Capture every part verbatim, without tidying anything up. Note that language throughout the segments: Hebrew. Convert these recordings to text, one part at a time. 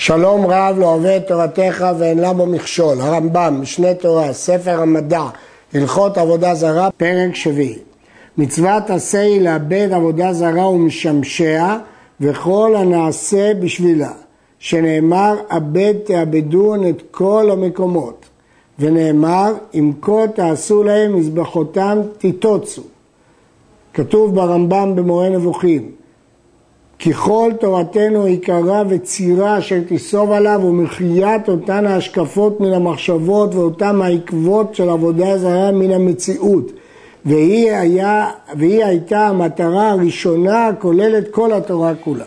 שלום רב לא אוהב את תורתך ואין לה בו מכשול. הרמב"ם, משנה תורה, ספר המדע, הלכות עבודה זרה, פרק שביעי. מצוות עשה היא לאבד עבודה זרה ומשמשיה וכל הנעשה בשבילה. שנאמר, אבד תאבדון את כל המקומות. ונאמר, אם כה תעשו להם מזבחותם תיטוצו. כתוב ברמב"ם במורה נבוכים. כי כל תורתנו עיקרה וצירה אשר תיסוב עליו ומחיית אותן ההשקפות מן המחשבות ואותן העקבות של עבודה זרה מן המציאות. והיא, היה, והיא הייתה המטרה הראשונה הכוללת כל התורה כולה.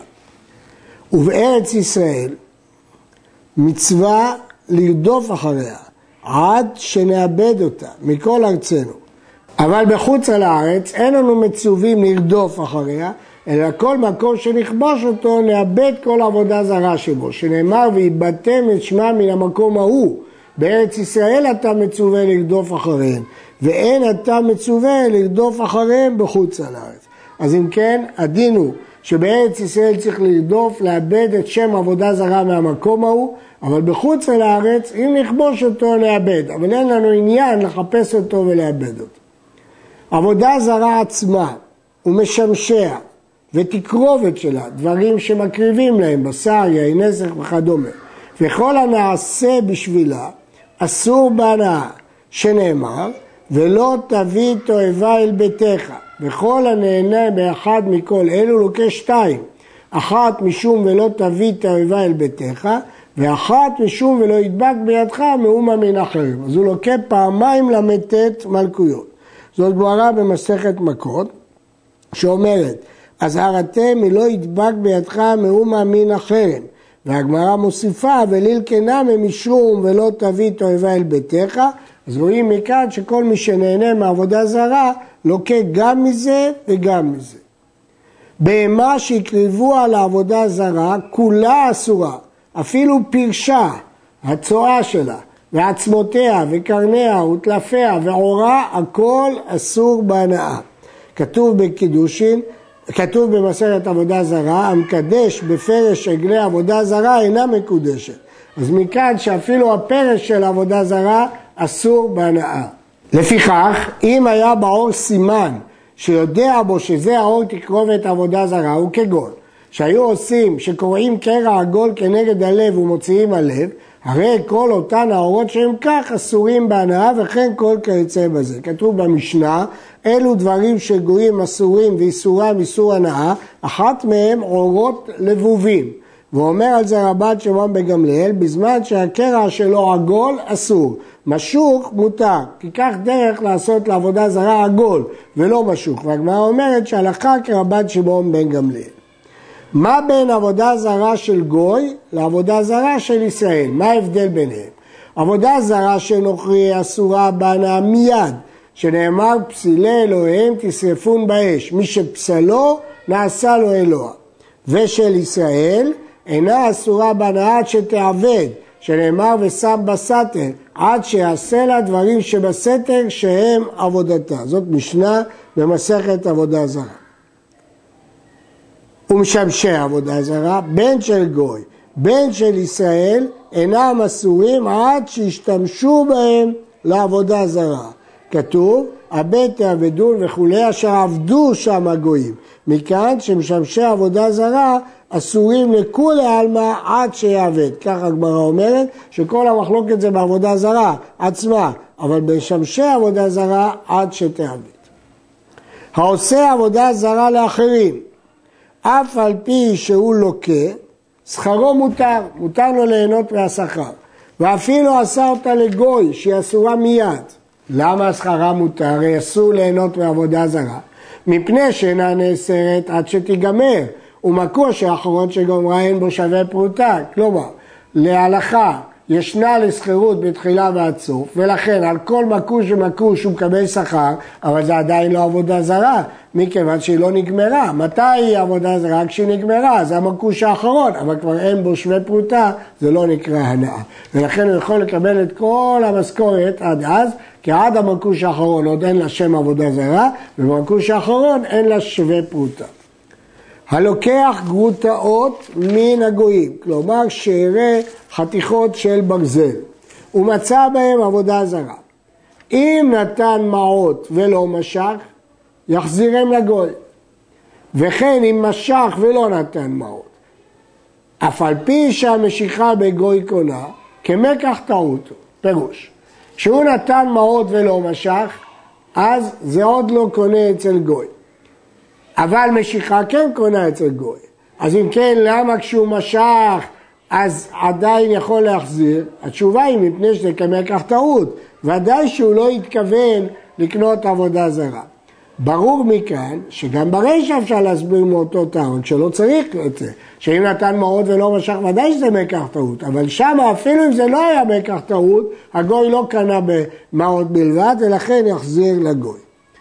ובארץ ישראל מצווה לרדוף אחריה עד שנאבד אותה מכל ארצנו. אבל בחוץ על הארץ אין לנו מצווים לרדוף אחריה, אלא כל מקום שנכבוש אותו נאבד כל עבודה זרה שבו, שנאמר ויבטם את שמה מן המקום ההוא. בארץ ישראל אתה מצווה לרדוף אחריהם, ואין אתה מצווה לרדוף אחריהם בחוץ על הארץ. אז אם כן, הדין הוא שבארץ ישראל צריך לרדוף, לאבד את שם עבודה זרה מהמקום ההוא, אבל בחוץ על הארץ, אם נכבוש אותו נאבד, אבל אין לנו עניין לחפש אותו ולאבד אותו. עבודה זרה עצמה ומשמשיה ותקרובת שלה, דברים שמקריבים להם, בשר, יין, נסך וכדומה, וכל הנעשה בשבילה, אסור בהנאה, שנאמר, ולא תביא תועבה אל ביתך, וכל הנהנה באחד מכל אלו לוקה שתיים, אחת משום ולא תביא תועבה אל ביתך, ואחת משום ולא ידבק בידך מאומה מן אחרים. אז הוא לוקה פעמיים למתת מלכויות. זאת גמרא במסכת מכות, שאומרת, אזהרתם מלא ידבק בידך מאומה מן אחרים. והגמרא מוסיפה, וליל כנם משום ולא תביא תועבה אל ביתך. אז רואים מכאן שכל מי שנהנה מעבודה זרה, לוקה גם מזה וגם מזה. בהמה שהקריבו על העבודה זרה, כולה אסורה. אפילו פרשה, הצואה שלה, ועצמותיה וקרניה וטלפיה ועורה, הכל אסור בהנאה. כתוב בקידושין, כתוב במסכת עבודה זרה, המקדש בפרש עגלי עבודה זרה אינה מקודשת. אז מכאן שאפילו הפרש של עבודה זרה אסור בהנאה. לפיכך, אם היה בעור סימן שיודע בו שזה העור תקרובת עבודה זרה, הוא כגון שהיו עושים שקוראים קרע עגול כנגד הלב ומוציאים הלב, הרי כל אותן האורות שהם כך אסורים בהנאה וכן כל כיוצא בזה. כתוב במשנה, אלו דברים שגויים אסורים ואיסורם איסור הנאה, אחת מהם אורות לבובים. ואומר על זה רבן שמעון בן גמליאל, בזמן שהקרע שלו עגול אסור, משוך מותר, כי כך דרך לעשות לעבודה זרה עגול ולא משוך. והגמרא אומרת שהלכה כרבן שמעון בן גמליאל. מה בין עבודה זרה של גוי לעבודה זרה של ישראל? מה ההבדל ביניהם? עבודה זרה של נוכרי אסורה בהנאה מיד, שנאמר פסילי אלוהיהם תשרפון באש, מי שפסלו נעשה לו אלוה. ושל ישראל אינה אסורה בהנאה עד שתעבד, שנאמר ושם בסתר, עד שיעשה לה דברים שבסתר שהם עבודתה. זאת משנה במסכת עבודה זרה. ומשמשי עבודה זרה, בין של גוי, בין של ישראל, אינם אסורים עד שישתמשו בהם לעבודה זרה. כתוב, אבד תאבדון וכולי, אשר עבדו שם הגויים. מכאן שמשמשי עבודה זרה אסורים לכולי עלמא עד שיעבד. כך הגמרא אומרת שכל המחלוקת זה בעבודה זרה עצמה, אבל במשמשי עבודה זרה עד שתעבד. העושה עבודה זרה לאחרים, אף על פי שהוא לוקה, שכרו מותר, מותר לו ליהנות מהשכר. ואפילו עשה אותה לגוי, שהיא אסורה מיד. למה שכרה מותר? הרי אסור ליהנות מעבודה זרה. מפני שאינה נאסרת עד שתיגמר. ומקוש האחרון שגומרה אין בו שווה פרוטה. כלומר, להלכה ישנה לסחירות בתחילה ועד סוף, ולכן על כל מקוש ומקוש הוא מקבל שכר, אבל זה עדיין לא עבודה זרה, מכיוון שהיא לא נגמרה. מתי היא עבודה זרה? כשהיא נגמרה, זה המקוש האחרון, אבל כבר אין בו שווה פרוטה, זה לא נקרא הנאה. ולכן הוא יכול לקבל את כל המשכורת עד אז, כי עד המקוש האחרון עוד אין לה שם עבודה זרה, ובמקוש האחרון אין לה שווה פרוטה. הלוקח גרוטאות מן הגויים, כלומר שארי חתיכות של ברזל, ומצא בהם עבודה זרה. אם נתן מעות ולא משך, יחזירם לגוי. וכן אם משך ולא נתן מעות. אף על פי שהמשיכה בגוי קונה, כמקח טעות. פירוש. כשהוא נתן מעות ולא משך, אז זה עוד לא קונה אצל גוי. אבל משיכה כן קונה אצל גוי. אז אם כן, למה כשהוא משך, אז עדיין יכול להחזיר? התשובה היא מפני שזה כמקח טעות. ודאי שהוא לא התכוון לקנות עבודה זרה. ברור מכאן שגם ברישא אפשר להסביר מאותו טעון, שלא צריך את זה. שאם נתן מעות ולא משך, ודאי שזה מקח טעות. אבל שם אפילו אם זה לא היה מקח טעות, הגוי לא קנה במעות בלבד, ולכן יחזיר לגוי.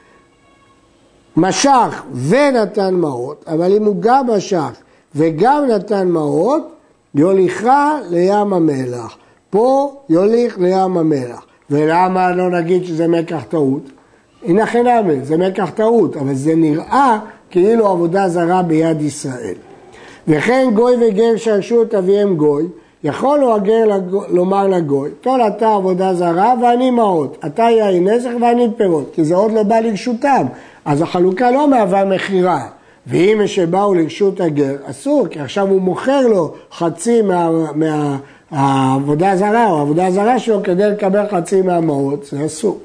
משך ונתן מעות, אבל אם הוא גם משך וגם נתן מעות, יוליכה לים המלח. פה יוליך לים המלח. ולמה לא נגיד שזה מקח טעות? הנה חינמי, זה מקח טעות, אבל זה נראה כאילו עבודה זרה ביד ישראל. וכן גוי וגר שרשו את אביהם גוי, יכול הוא הגר לומר לגוי, תול אתה עבודה זרה ואני מעות, אתה יין נזך ואני פירות, כי זה עוד לא בא לרשותם, אז החלוקה לא מהווה מחירה. ואם שבאו לרשות הגר, אסור, כי עכשיו הוא מוכר לו חצי מה, מה, העבודה הזרה, או העבודה הזרה שלו כדי לקבל חצי מהמעות, זה אסור.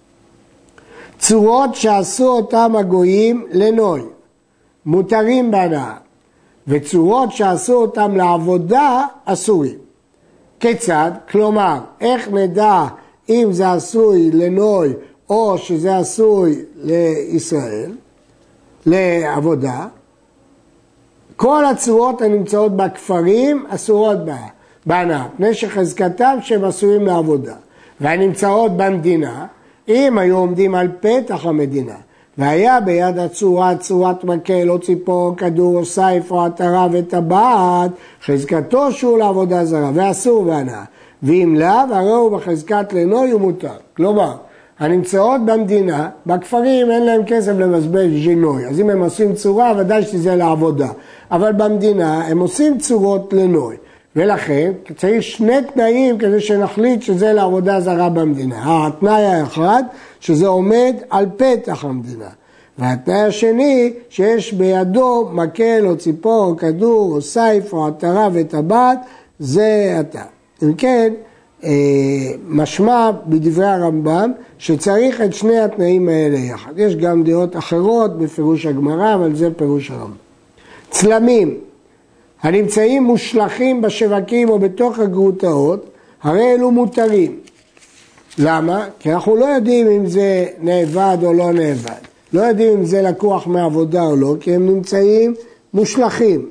צורות שעשו אותם הגויים לנוי, מותרים בהנאה, וצורות שעשו אותם לעבודה אסורים. כיצד? כלומר, איך נדע אם זה עשוי לנוי או שזה עשוי לישראל, לעבודה? כל הצורות הנמצאות בכפרים אסורות בהנאה, פני שחזקתם שהם עשויים לעבודה, והנמצאות במדינה, אם היו עומדים על פתח המדינה, והיה ביד הצורה צורת מקל או ציפור או כדור או סייף או עטרה וטבעת, חזקתו שהוא לעבודה זרה ואסור בהנאה. ואם לאו, הרי הוא בחזקת לנוי ומותר. כלומר, הנמצאות במדינה, בכפרים אין להם כסף לבזבז ג'ינוי, אז אם הם עושים צורה, ודאי שזה לעבודה. אבל במדינה הם עושים צורות לנוי. ולכן צריך שני תנאים כדי שנחליט שזה לעבודה זרה במדינה. התנאי האחד, שזה עומד על פתח המדינה. והתנאי השני, שיש בידו מקל או ציפור או כדור או סייף או עטרה וטבעת, זה אתה. אם כן, משמע בדברי הרמב"ם שצריך את שני התנאים האלה יחד. יש גם דעות אחרות בפירוש הגמרא, אבל זה פירוש הרמב"ם. צלמים. הנמצאים מושלכים בשווקים או בתוך הגרוטאות, הרי אלו מותרים. למה? כי אנחנו לא יודעים אם זה נאבד או לא נאבד. לא יודעים אם זה לקוח מעבודה או לא, כי הם נמצאים מושלכים.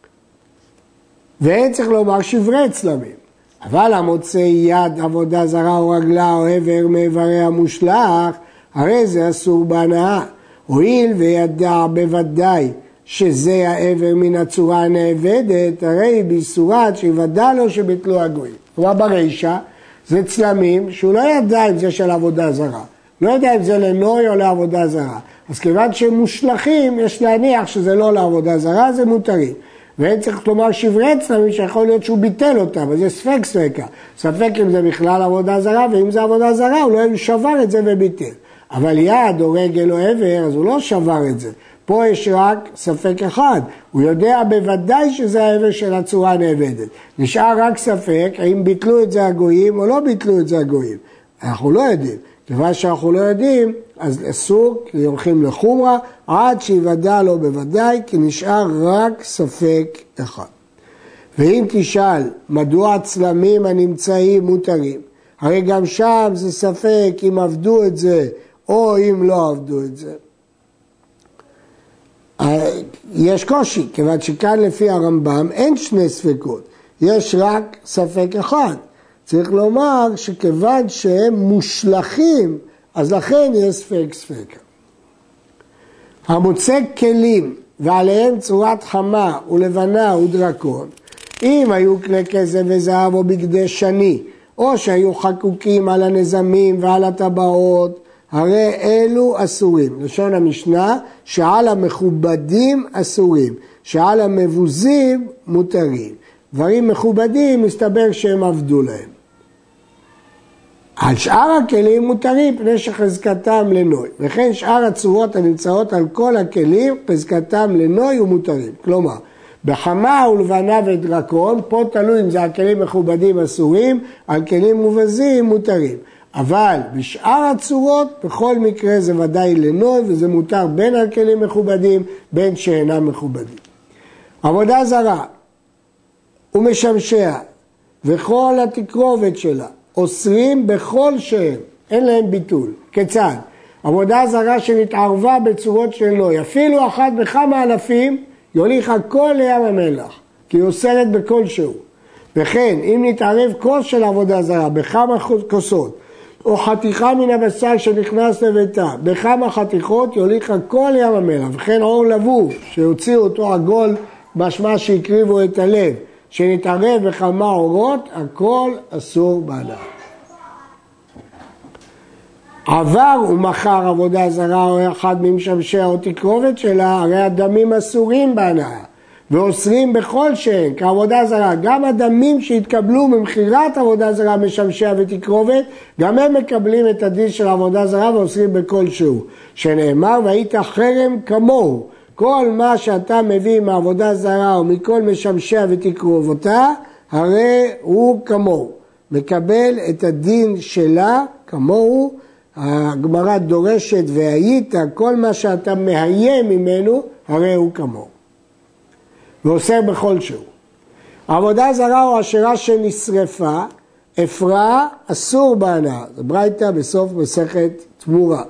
ואין צריך לומר שברי צלמים. אבל המוצא יד עבודה זרה או רגלה או עבר מאיברי המושלך, הרי זה אסור בהנאה. הואיל וידע בוודאי שזה העבר מן הצורה הנאבדת, הרי ביסורת שיוודע לו שביטלו הגויים. כלומר ברישא זה צלמים שהוא לא ידע אם זה של עבודה זרה. לא יודע אם זה לנוי או לעבודה זרה. אז כיוון שהם מושלכים, יש להניח שזה לא לעבודה זרה, זה מותרים. ואין צריך לומר שברי צלמים שיכול להיות שהוא ביטל אותם, אז זה ספק ספקה. ספק אם זה בכלל עבודה זרה, ואם זה עבודה זרה, הוא לא שבר את זה וביטל. אבל יד או רגל או עבר, אז הוא לא שבר את זה. פה יש רק ספק אחד, הוא יודע בוודאי שזה העבר של הצורה הנאבדת. נשאר רק ספק, האם ביטלו את זה הגויים או לא ביטלו את זה הגויים. אנחנו לא יודעים. כיוון שאנחנו לא יודעים, אז אסור, כי הולכים לחומרה, עד שיוודע לו בוודאי, כי נשאר רק ספק אחד. ואם תשאל, מדוע הצלמים הנמצאים מותרים? הרי גם שם זה ספק אם עבדו את זה, או אם לא עבדו את זה. יש קושי, כיוון שכאן לפי הרמב"ם אין שני ספקות, יש רק ספק אחד. צריך לומר שכיוון שהם מושלכים, אז לכן יש ספק ספק. המוצא כלים ועליהם צורת חמה ולבנה ודרקון, אם היו כלי כסף וזהב או בגדי שני, או שהיו חקוקים על הנזמים ועל הטבעות, הרי אלו אסורים. לשון המשנה שעל המכובדים אסורים, שעל המבוזים מותרים. דברים מכובדים מסתבר שהם עבדו להם. על שאר הכלים מותרים פני שחזקתם לנוי, וכן שאר הצורות הנמצאות על כל הכלים חזקתם לנוי ומותרים. כלומר, בחמה ולבנה ודרקון, פה תלוי אם זה על כלים מכובדים אסורים, על כלים מובזים מותרים. אבל בשאר הצורות, בכל מקרה זה ודאי לנוי, וזה מותר בין על כלים מכובדים, בין שאינם מכובדים. עבודה זרה ומשמשיה וכל התקרובת שלה, אוסרים בכל שהם, אין להם ביטול. כיצד? עבודה זרה שנתערבה בצורות של נוי, אפילו אחת בכמה אלפים, יוליכה כל לים המלח, כי היא אוסרת בכל שהוא. וכן, אם נתערב כוס של עבודה זרה בכמה כוסות, או חתיכה מן הבשר שנכנס לביתה, בכמה חתיכות יוליכה כל ים המלח. וכן עור לבוב, שהוציאו אותו עגול, משמע שהקריבו את הלב, שנתערב בכמה אורות, הכל אסור בהנאה. עבר ומחר עבודה זרה או אחד ממשמשיה או תקרובת שלה, הרי הדמים אסורים בהנאה, ואוסרים בכל שאין, כעבודה זרה. גם הדמים שהתקבלו ממחירת עבודה זרה, משמשיה ותקרובת, גם הם מקבלים את הדין של עבודה זרה ואוסרים בכל שהוא. שנאמר, והיית חרם כמוהו. כל מה שאתה מביא מעבודה זרה או מכל משמשיה ותקרובתה, הרי הוא כמוהו. מקבל את הדין שלה כמוהו. הגמרא דורשת והיית, כל מה שאתה מאיים ממנו, הרי הוא כמוהו. ועושה בכל שהוא. עבודה זרה או אשרה שנשרפה, אפרה אסור בהנאה. זה ברייתא בסוף מסכת תמורה.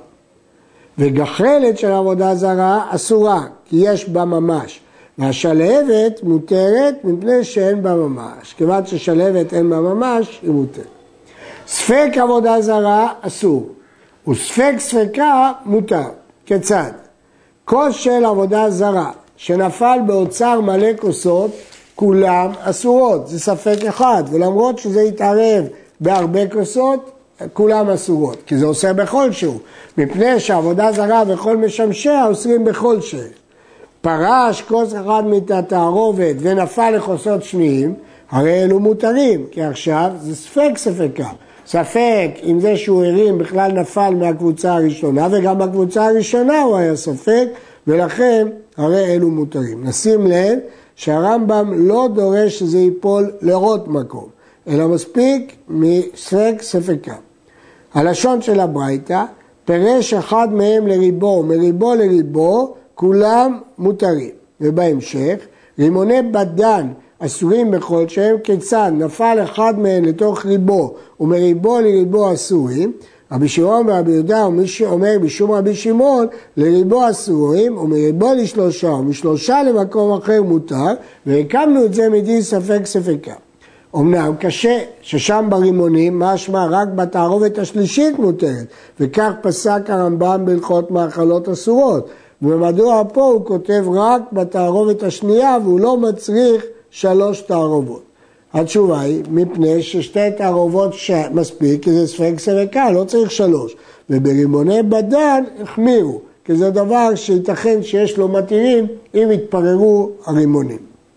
וגחלת של עבודה זרה אסורה, כי יש בה ממש. והשלהבת מותרת מפני שאין בה ממש. כיוון ששלהבת אין בה ממש, היא מותרת. ספק עבודה זרה אסור. וספק ספקה מותר. כיצד? כוס של עבודה זרה שנפל באוצר מלא כוסות, כולם אסורות. זה ספק אחד, ולמרות שזה יתערב בהרבה כוסות, כולם אסורות, כי זה עושה בכל שהוא. מפני שעבודה זרה וכל משמשיה אוסרים בכל שהוא. פרש כוס אחד מתערובת ונפל לכוסות שניים, הרי אלו מותרים, כי עכשיו זה ספק ספקה. ספק אם זה שהוא הרים בכלל נפל מהקבוצה הראשונה, וגם בקבוצה הראשונה הוא היה ספק, ולכן הרי אלו מותרים. נשים לב שהרמב"ם לא דורש שזה ייפול לרות מקום, אלא מספיק מספק ספקה. הלשון של הברייתא, פירש אחד מהם לריבו, מריבו לריבו, כולם מותרים. ובהמשך, רימוני בדן אסורים בכל שהם, כיצד נפל אחד מהם לתוך ריבו ומריבו לריבו אסורים, רבי שמעון ורבי יהודה ומי שאומר בשום רבי שמעון לריבו אסורים ומריבו לשלושה ומשלושה למקום אחר מותר, והקמנו את זה מדין ספק ספקה. אמנם קשה ששם ברימונים משמע רק בתערובת השלישית מותרת, וכך פסק הרמב"ם בהלכות מאכלות אסורות. ומדוע פה הוא כותב רק בתערובת השנייה והוא לא מצריך שלוש תערובות. התשובה היא מפני ששתי תערובות מספיק, כי זה ספק ספקה, לא צריך שלוש. וברימוני בדן החמירו, כי זה דבר שייתכן שיש לו מתירים אם יתפררו הרימונים.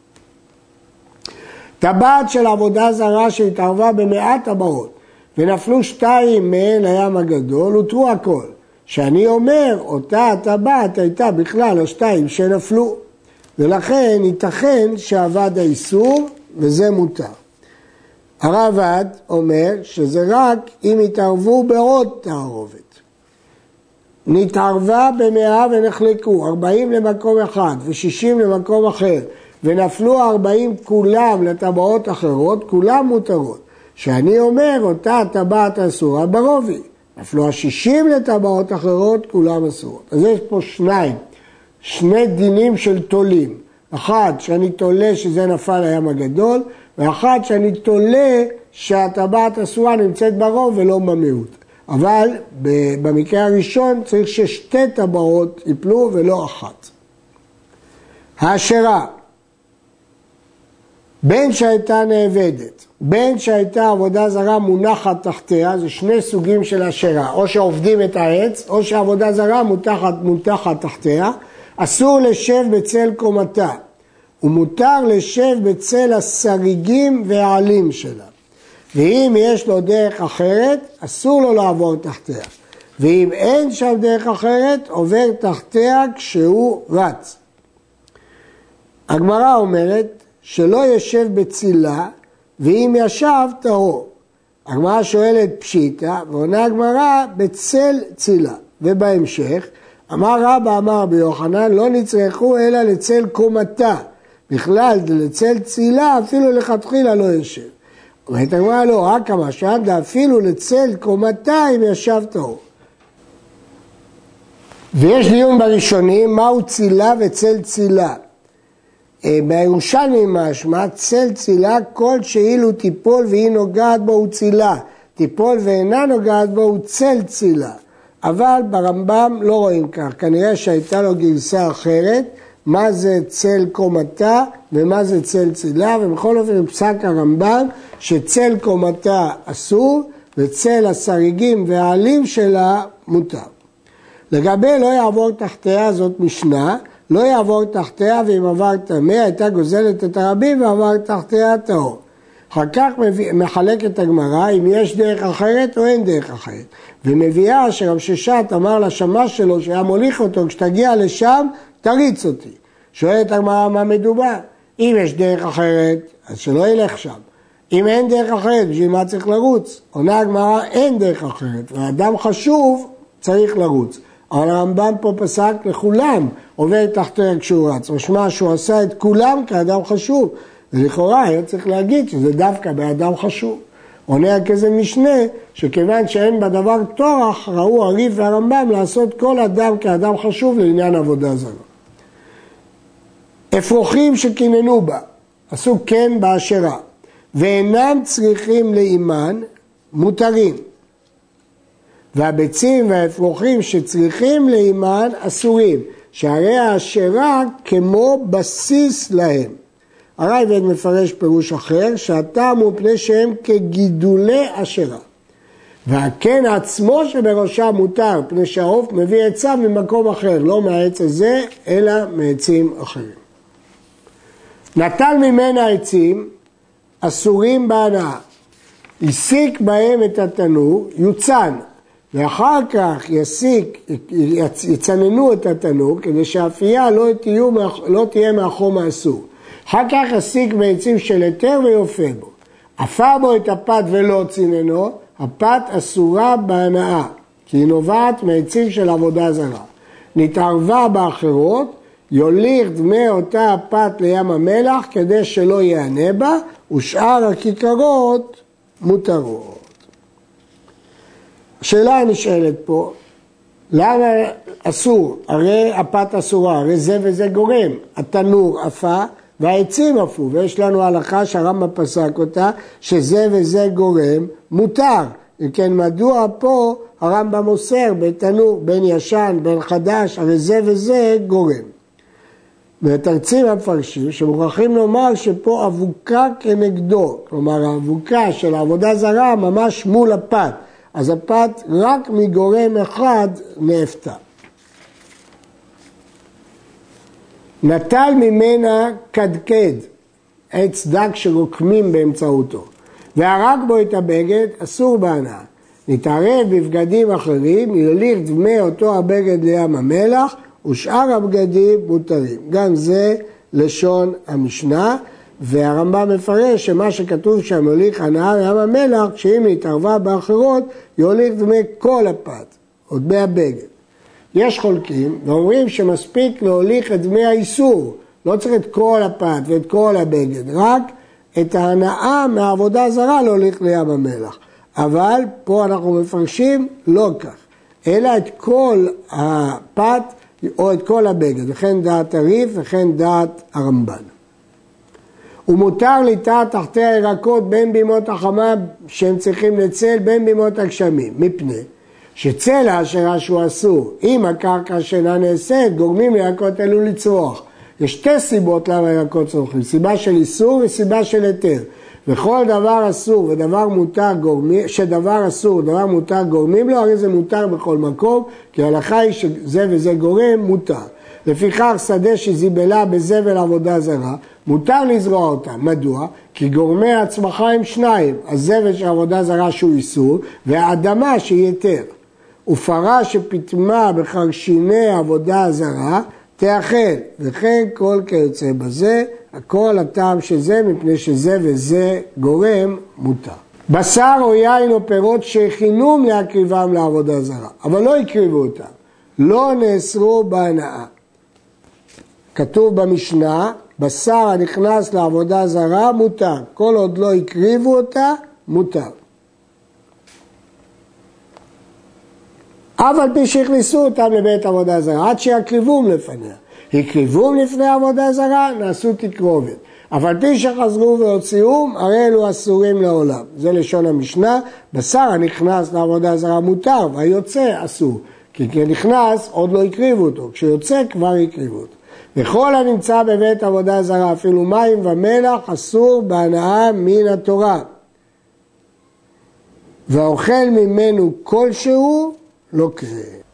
טבעת של עבודה זרה שהתערבה במאת טבעות, ונפלו שתיים מהן לים הגדול, הותרו הכל. שאני אומר, אותה הטבעת הייתה בכלל השתיים שנפלו, ולכן ייתכן שעבד האיסור, וזה מותר. הרב"ד אומר שזה רק אם יתערבו בעוד תערובת. נתערבה במאה ונחלקו, ארבעים למקום אחד ושישים למקום אחר, ונפלו ארבעים כולם לטבעות אחרות, כולם מותרות. שאני אומר, אותה הטבעת אסורה ברובי. נפלו השישים לטבעות אחרות, כולם אסורות. אז יש פה שניים, שני דינים של תולים. אחד שאני תולה שזה נפל לים הגדול, ואחד שאני תולה שהטבעת אסורה נמצאת ברוב ולא במיעוט. אבל במקרה הראשון צריך ששתי טבעות ייפלו ולא אחת. האשרה, בין שהייתה נאבדת, בין שהייתה עבודה זרה מונחת תחתיה, זה שני סוגים של אשרה, או שעובדים את העץ, או שעבודה זרה מונחת, מונחת תחתיה, אסור לשב בצל קומתה, ומותר לשב בצל הסריגים והעלים שלה. ואם יש לו דרך אחרת, אסור לו לעבור תחתיה. ואם אין שם דרך אחרת, עובר תחתיה כשהוא רץ. הגמרא אומרת שלא ישב בצילה, ואם ישב טהור. הגמרא שואלת פשיטה, ועונה הגמרא בצל צילה. ובהמשך, אמר רבא אמר ביוחנן, לא נצרכו אלא לצל קומתה. בכלל, לצל צילה אפילו לכתחילה לא ישב. אומרת הגמרא לא, רק המשל, אפילו לצל קומתה אם ישב טהור. ויש דיון בראשונים, מהו צילה וצל צילה. בירושלמי משמע, צל צילה, כל שאילו טיפול והיא נוגעת בו הוא צילה. טיפול ואינה נוגעת בו הוא צל צילה. אבל ברמב"ם לא רואים כך, כנראה שהייתה לו גרסה אחרת, מה זה צל קומתה ומה זה צל צילה, ובכל אופן פסק הרמב"ם שצל קומתה אסור, וצל הסריגים והעלים שלה מותר. לגבי לא יעבור תחתיה זאת משנה, לא יעבור תחתיה ואם עבר טמא, הייתה גוזלת את הרבים ועבר תחתיה טהור. אחר כך מחלקת הגמרא אם יש דרך אחרת או אין דרך אחרת. ומביאה שרב ששת אמר לשמש שלו שהיה מוליך אותו, כשתגיע לשם תריץ אותי. שואלת הגמרא מה מדובר? אם יש דרך אחרת, אז שלא ילך שם. אם אין דרך אחרת, בשביל מה צריך לרוץ? עונה הגמרא אין דרך אחרת, והאדם חשוב צריך לרוץ. אבל הרמב"ם פה פסק לכולם, עובר תחתיה כשהוא רץ. משמע שהוא עשה את כולם כאדם חשוב. ולכאורה היה צריך להגיד שזה דווקא באדם חשוב. עונה כזה משנה, שכיוון שאין בדבר תורח, ראו הרי"ף והרמב"ם לעשות כל אדם כאדם חשוב לעניין עבודה זרה. אפרוחים שקיננו בה, עשו כן באשרה, ואינם צריכים לאימן, מותרים. והביצים והאפרוחים שצריכים לאימן, אסורים, שהרי האשרה כמו בסיס להם. הרייבד מפרש פירוש אחר, שהטעם הוא פני שהם כגידולי אשרה. והקן עצמו שבראשה מותר, פני שהעוף מביא עצה ממקום אחר, לא מהעץ הזה, אלא מעצים אחרים. נטל ממנה עצים, אסורים בהנאה. הסיק בהם את התנור, יוצן, ואחר כך יסיק, יצננו את התנור, כדי שהאפייה לא, לא תהיה מהחום האסור. אחר כך יסיק בעצים של היתר ויופה בו. אפה בו את הפת ולא ציננו, הפת אסורה בהנאה, כי היא נובעת מעצים של עבודה זרה. נתערבה באחרות, יוליך דמי אותה הפת לים המלח כדי שלא יענה בה, ושאר הכיכרות מותרות. השאלה הנשאלת פה, למה אסור? הרי הפת אסורה, הרי זה וזה גורם. התנור אפה והעצים אפו, ויש לנו הלכה שהרמב"ם פסק אותה, שזה וזה גורם מותר. אם כן, מדוע פה הרמב"ם אוסר בתנור, בין ישן, בין חדש, הרי זה וזה גורם. והתרצים המפרשים שמוכרחים לומר שפה אבוקה כנגדו, כלומר האבוקה של העבודה זרה ממש מול הפת, אז הפת רק מגורם אחד נאפתה. נטל ממנה קדקד, עץ דק שרוקמים באמצעותו, והרג בו את הבגד, אסור בהנאה. נתערב בבגדים אחרים, יוליך דמי אותו הבגד לים המלח, ושאר הבגדים מותרים. גם זה לשון המשנה, והרמב"ם מפרש שמה שכתוב שם יוליך הנאה לים המלח, שאם נתערבה באחרות, יוליך דמי כל הפת, או דמי הבגד. יש חולקים ואומרים שמספיק להוליך את דמי האיסור, לא צריך את כל הפת ואת כל הבגד, רק את ההנאה מהעבודה זרה להוליך לים המלח. אבל פה אנחנו מפרשים לא כך, אלא את כל הפת או את כל הבגד, וכן דעת הרי"ף וכן דעת הרמב"ן. ומותר ליטה תחתיה ירקות בין בימות החמה שהם צריכים לצל בין בימות הגשמים, מפני שצל האשרה שהוא אסור, אם הקרקע שאינה נעשית, גורמים לירקות אלו לצרוח. יש שתי סיבות למה ירקות צורכים, סיבה של איסור וסיבה של היתר. וכל דבר אסור ודבר מותר גורמים, שדבר אסור ודבר מותר גורמים לו, הרי זה מותר בכל מקום, כי ההלכה היא שזה וזה גורם מותר. לפיכך שדה שזיבלה בזבל עבודה זרה, מותר לזרוע אותה. מדוע? כי גורמי הצמחה הם שניים, הזבל של עבודה זרה שהוא איסור, והאדמה שהיא היתר. ופרה שפטמה בחרשיני עבודה זרה, תאכל, וכן כל כיוצא בזה, הכל הטעם של זה, מפני שזה וזה גורם מותר. בשר או יין או פירות שהכינום להקריבם לעבודה זרה, אבל לא הקריבו אותם, לא נאסרו בהנאה. כתוב במשנה, בשר הנכנס לעבודה זרה מותר, כל עוד לא הקריבו אותה, מותר. אף על פי שהכניסו אותם לבית עבודה זרה, עד שיקריבום לפניה. הקריבום לפני עבודה זרה, נעשו תקרובת. אף על פי שחזרו והוציאום, הרי אלו אסורים לעולם. זה לשון המשנה, בשר הנכנס לעבודה זרה מותר, והיוצא אסור. כי כשנכנס עוד לא הקריבו אותו, כשיוצא כבר הקריבו אותו. וכל הנמצא בבית עבודה זרה, אפילו מים ומלח, אסור בהנאה מן התורה. והאוכל ממנו כלשהו, לא קרה.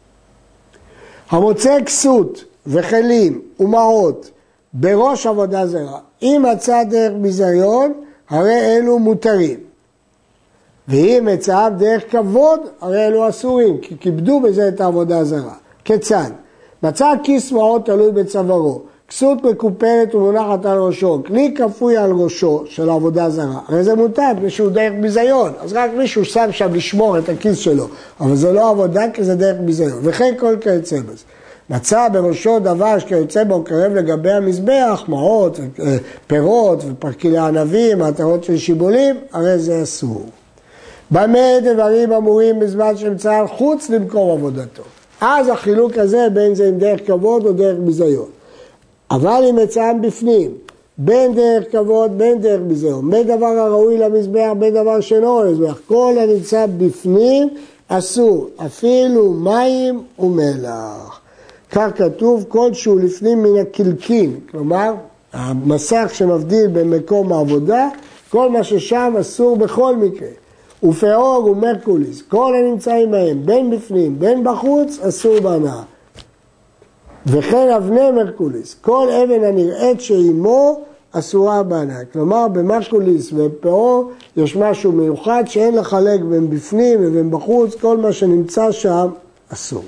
המוצא כסות וכלים ומעות בראש עבודה זרה, אם מצא דרך ביזיון, הרי אלו מותרים. ואם מצא דרך כבוד, הרי אלו אסורים, כי כיבדו בזה את העבודה הזרה. כיצד? מצא כיס מעות תלוי בצווארו, כסות מקופלת ומונחת על ראשו, כלי כפוי על ראשו של העבודה זרה, הרי זה מותר, משהו דרך ביזיון, אז רק מישהו שם שם לשמור את הכיס שלו, אבל זה לא עבודה כי זה דרך ביזיון, וכן כל כיוצא בזה. מצא בראשו דבר שכיוצא בו קרב לגבי המזבח, מעות, פירות ופרקילי ענבים, מטרות של שיבולים, הרי זה אסור. במה דברים אמורים בזמן שמצא חוץ למקום עבודתו. אז החילוק הזה בין זה עם דרך כבוד או דרך ביזיון. אבל אם מצאם בפנים, בין דרך כבוד, בין דרך ביזיון, בין דבר הראוי למזבח, בין דבר שאינו למזבח, כל הנמצא בפנים אסור, אפילו מים ומלח. כך כתוב, כלשהו לפנים מן הקלקין, כלומר, המסך שמבדיל במקום העבודה, כל מה ששם אסור בכל מקרה. ופאור ומרקוליס, כל הנמצאים מהם, בין בפנים, בין בחוץ, אסור בהנאה. וכן אבני מרקוליס, כל אבן הנראית שעימו, אסורה בהנאה. כלומר, במרקוליס ובפאור יש משהו מיוחד שאין לחלק בין בפנים ובין בחוץ, כל מה שנמצא שם אסור.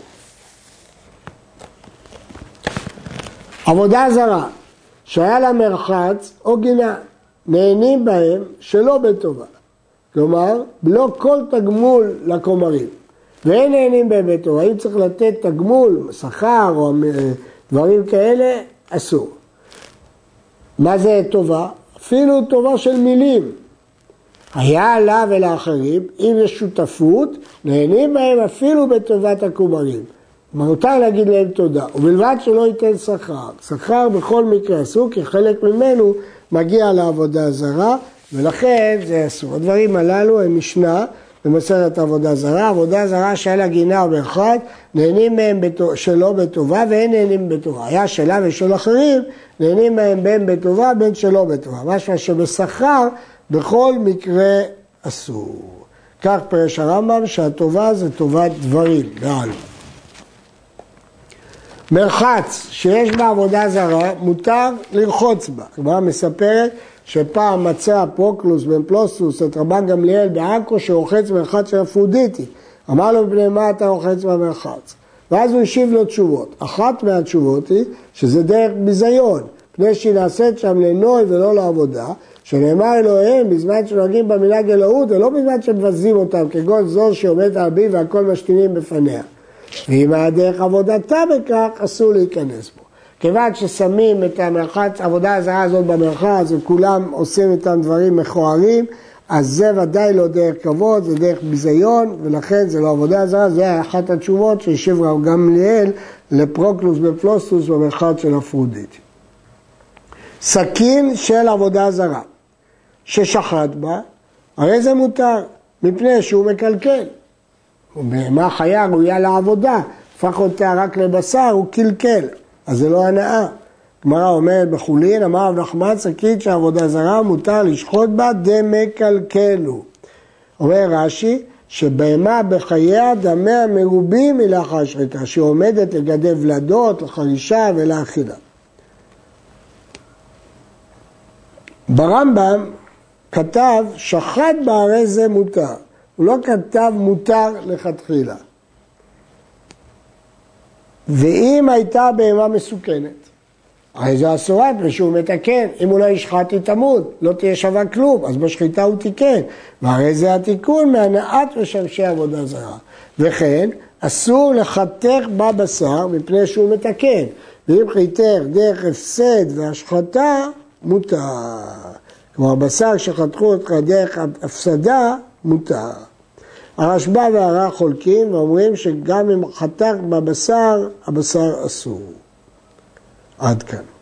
עבודה זרה, שהיה לה מרחץ או גינה, נהנים בהם שלא בטובה. כלומר, לא כל תגמול לכומרים. ואין נהנים בהם בטובה. אם צריך לתת תגמול, שכר או דברים כאלה, אסור. מה זה טובה? אפילו טובה של מילים. היה לה ולאחרים, אם יש שותפות, נהנים בהם אפילו בטובת הכומרים. מותר להגיד להם תודה, ובלבד שלא ייתן שכר. שכר בכל מקרה אסור, כי חלק ממנו מגיע לעבודה זרה, ולכן זה אסור. הדברים הללו הם משנה במסכת עבודה זרה. עבודה זרה שהיה לה גינה או מרחץ, נהנים מהם שלא בטובה ואין נהנים בטובה. היה שלה ושל אחרים, נהנים מהם בין בטובה בין שלא בטובה. משהו שבשכר בכל מקרה אסור. כך פרש הרמב"ם שהטובה זה טובת דברים, בעלמא. מרחץ שיש בה עבודה זרה, מותר לרחוץ בה. הגמרא מספרת שפעם מצא פרוקלוס בן פלוסטוס את רבן גמליאל בעכו שרוחץ מרחץ של אפרודיטי. אמר לו, בני מה אתה רוחץ במרחץ? ואז הוא השיב לו תשובות. אחת מהתשובות היא שזה דרך ביזיון, פני שהיא נעשית שם לנוי ולא לעבודה, שנאמר אלוהים בזמן שנוהגים במנהג אלוהות, ולא בזמן שמבזים אותם, כגון זו שעומד האבי והכל משתינים בפניה. ואם הדרך עבודתה בכך, אסור להיכנס בו. כיוון ששמים את המרחץ, עבודה הזרה הזאת במרחץ, וכולם עושים איתם דברים מכוערים, אז זה ודאי לא דרך כבוד, זה דרך ביזיון, ולכן זה לא עבודה זרה, זה אחת התשובות שהשיב רב גמליאל לפרוקלוס בפלוסטוס במרחץ של אפרודיטי. סכין של עבודה זרה, ששחט בה, הרי זה מותר, מפני שהוא מקלקל. ובהמה חיה ראויה לעבודה, הפך אותה רק לבשר, הוא קלקל, אז זה לא הנאה. גמרא אומרת בחולין, אמר רב נחמן, סכין שעבודה זרה מותר לשחוט בה דמקלקלו. אומר רש"י, שבהמה בחייה דמיה מרובים מלאחר שחיטה, שהיא עומדת לגדל ולדות, לחרישה ולאכילה. ברמב"ם כתב שחט בהרי זה מותר, הוא לא כתב מותר לכתחילה. ואם הייתה בהמה מסוכנת, הרי זה אסורת ושהוא מתקן, אם הוא לא ישחט היא תמות, לא תהיה שווה כלום, אז בשחיטה הוא תיקן, והרי זה התיקון מהנעת משמשי עבודה זרה. וכן, אסור לחתך בבשר מפני שהוא מתקן, ואם חיתך דרך הפסד והשחטה, מותר. כלומר, בשר שחתכו אותך דרך הפסדה, מותר. הרשב"א והר"א חולקים ואומרים שגם אם חתך בבשר, הבשר אסור. עד כאן.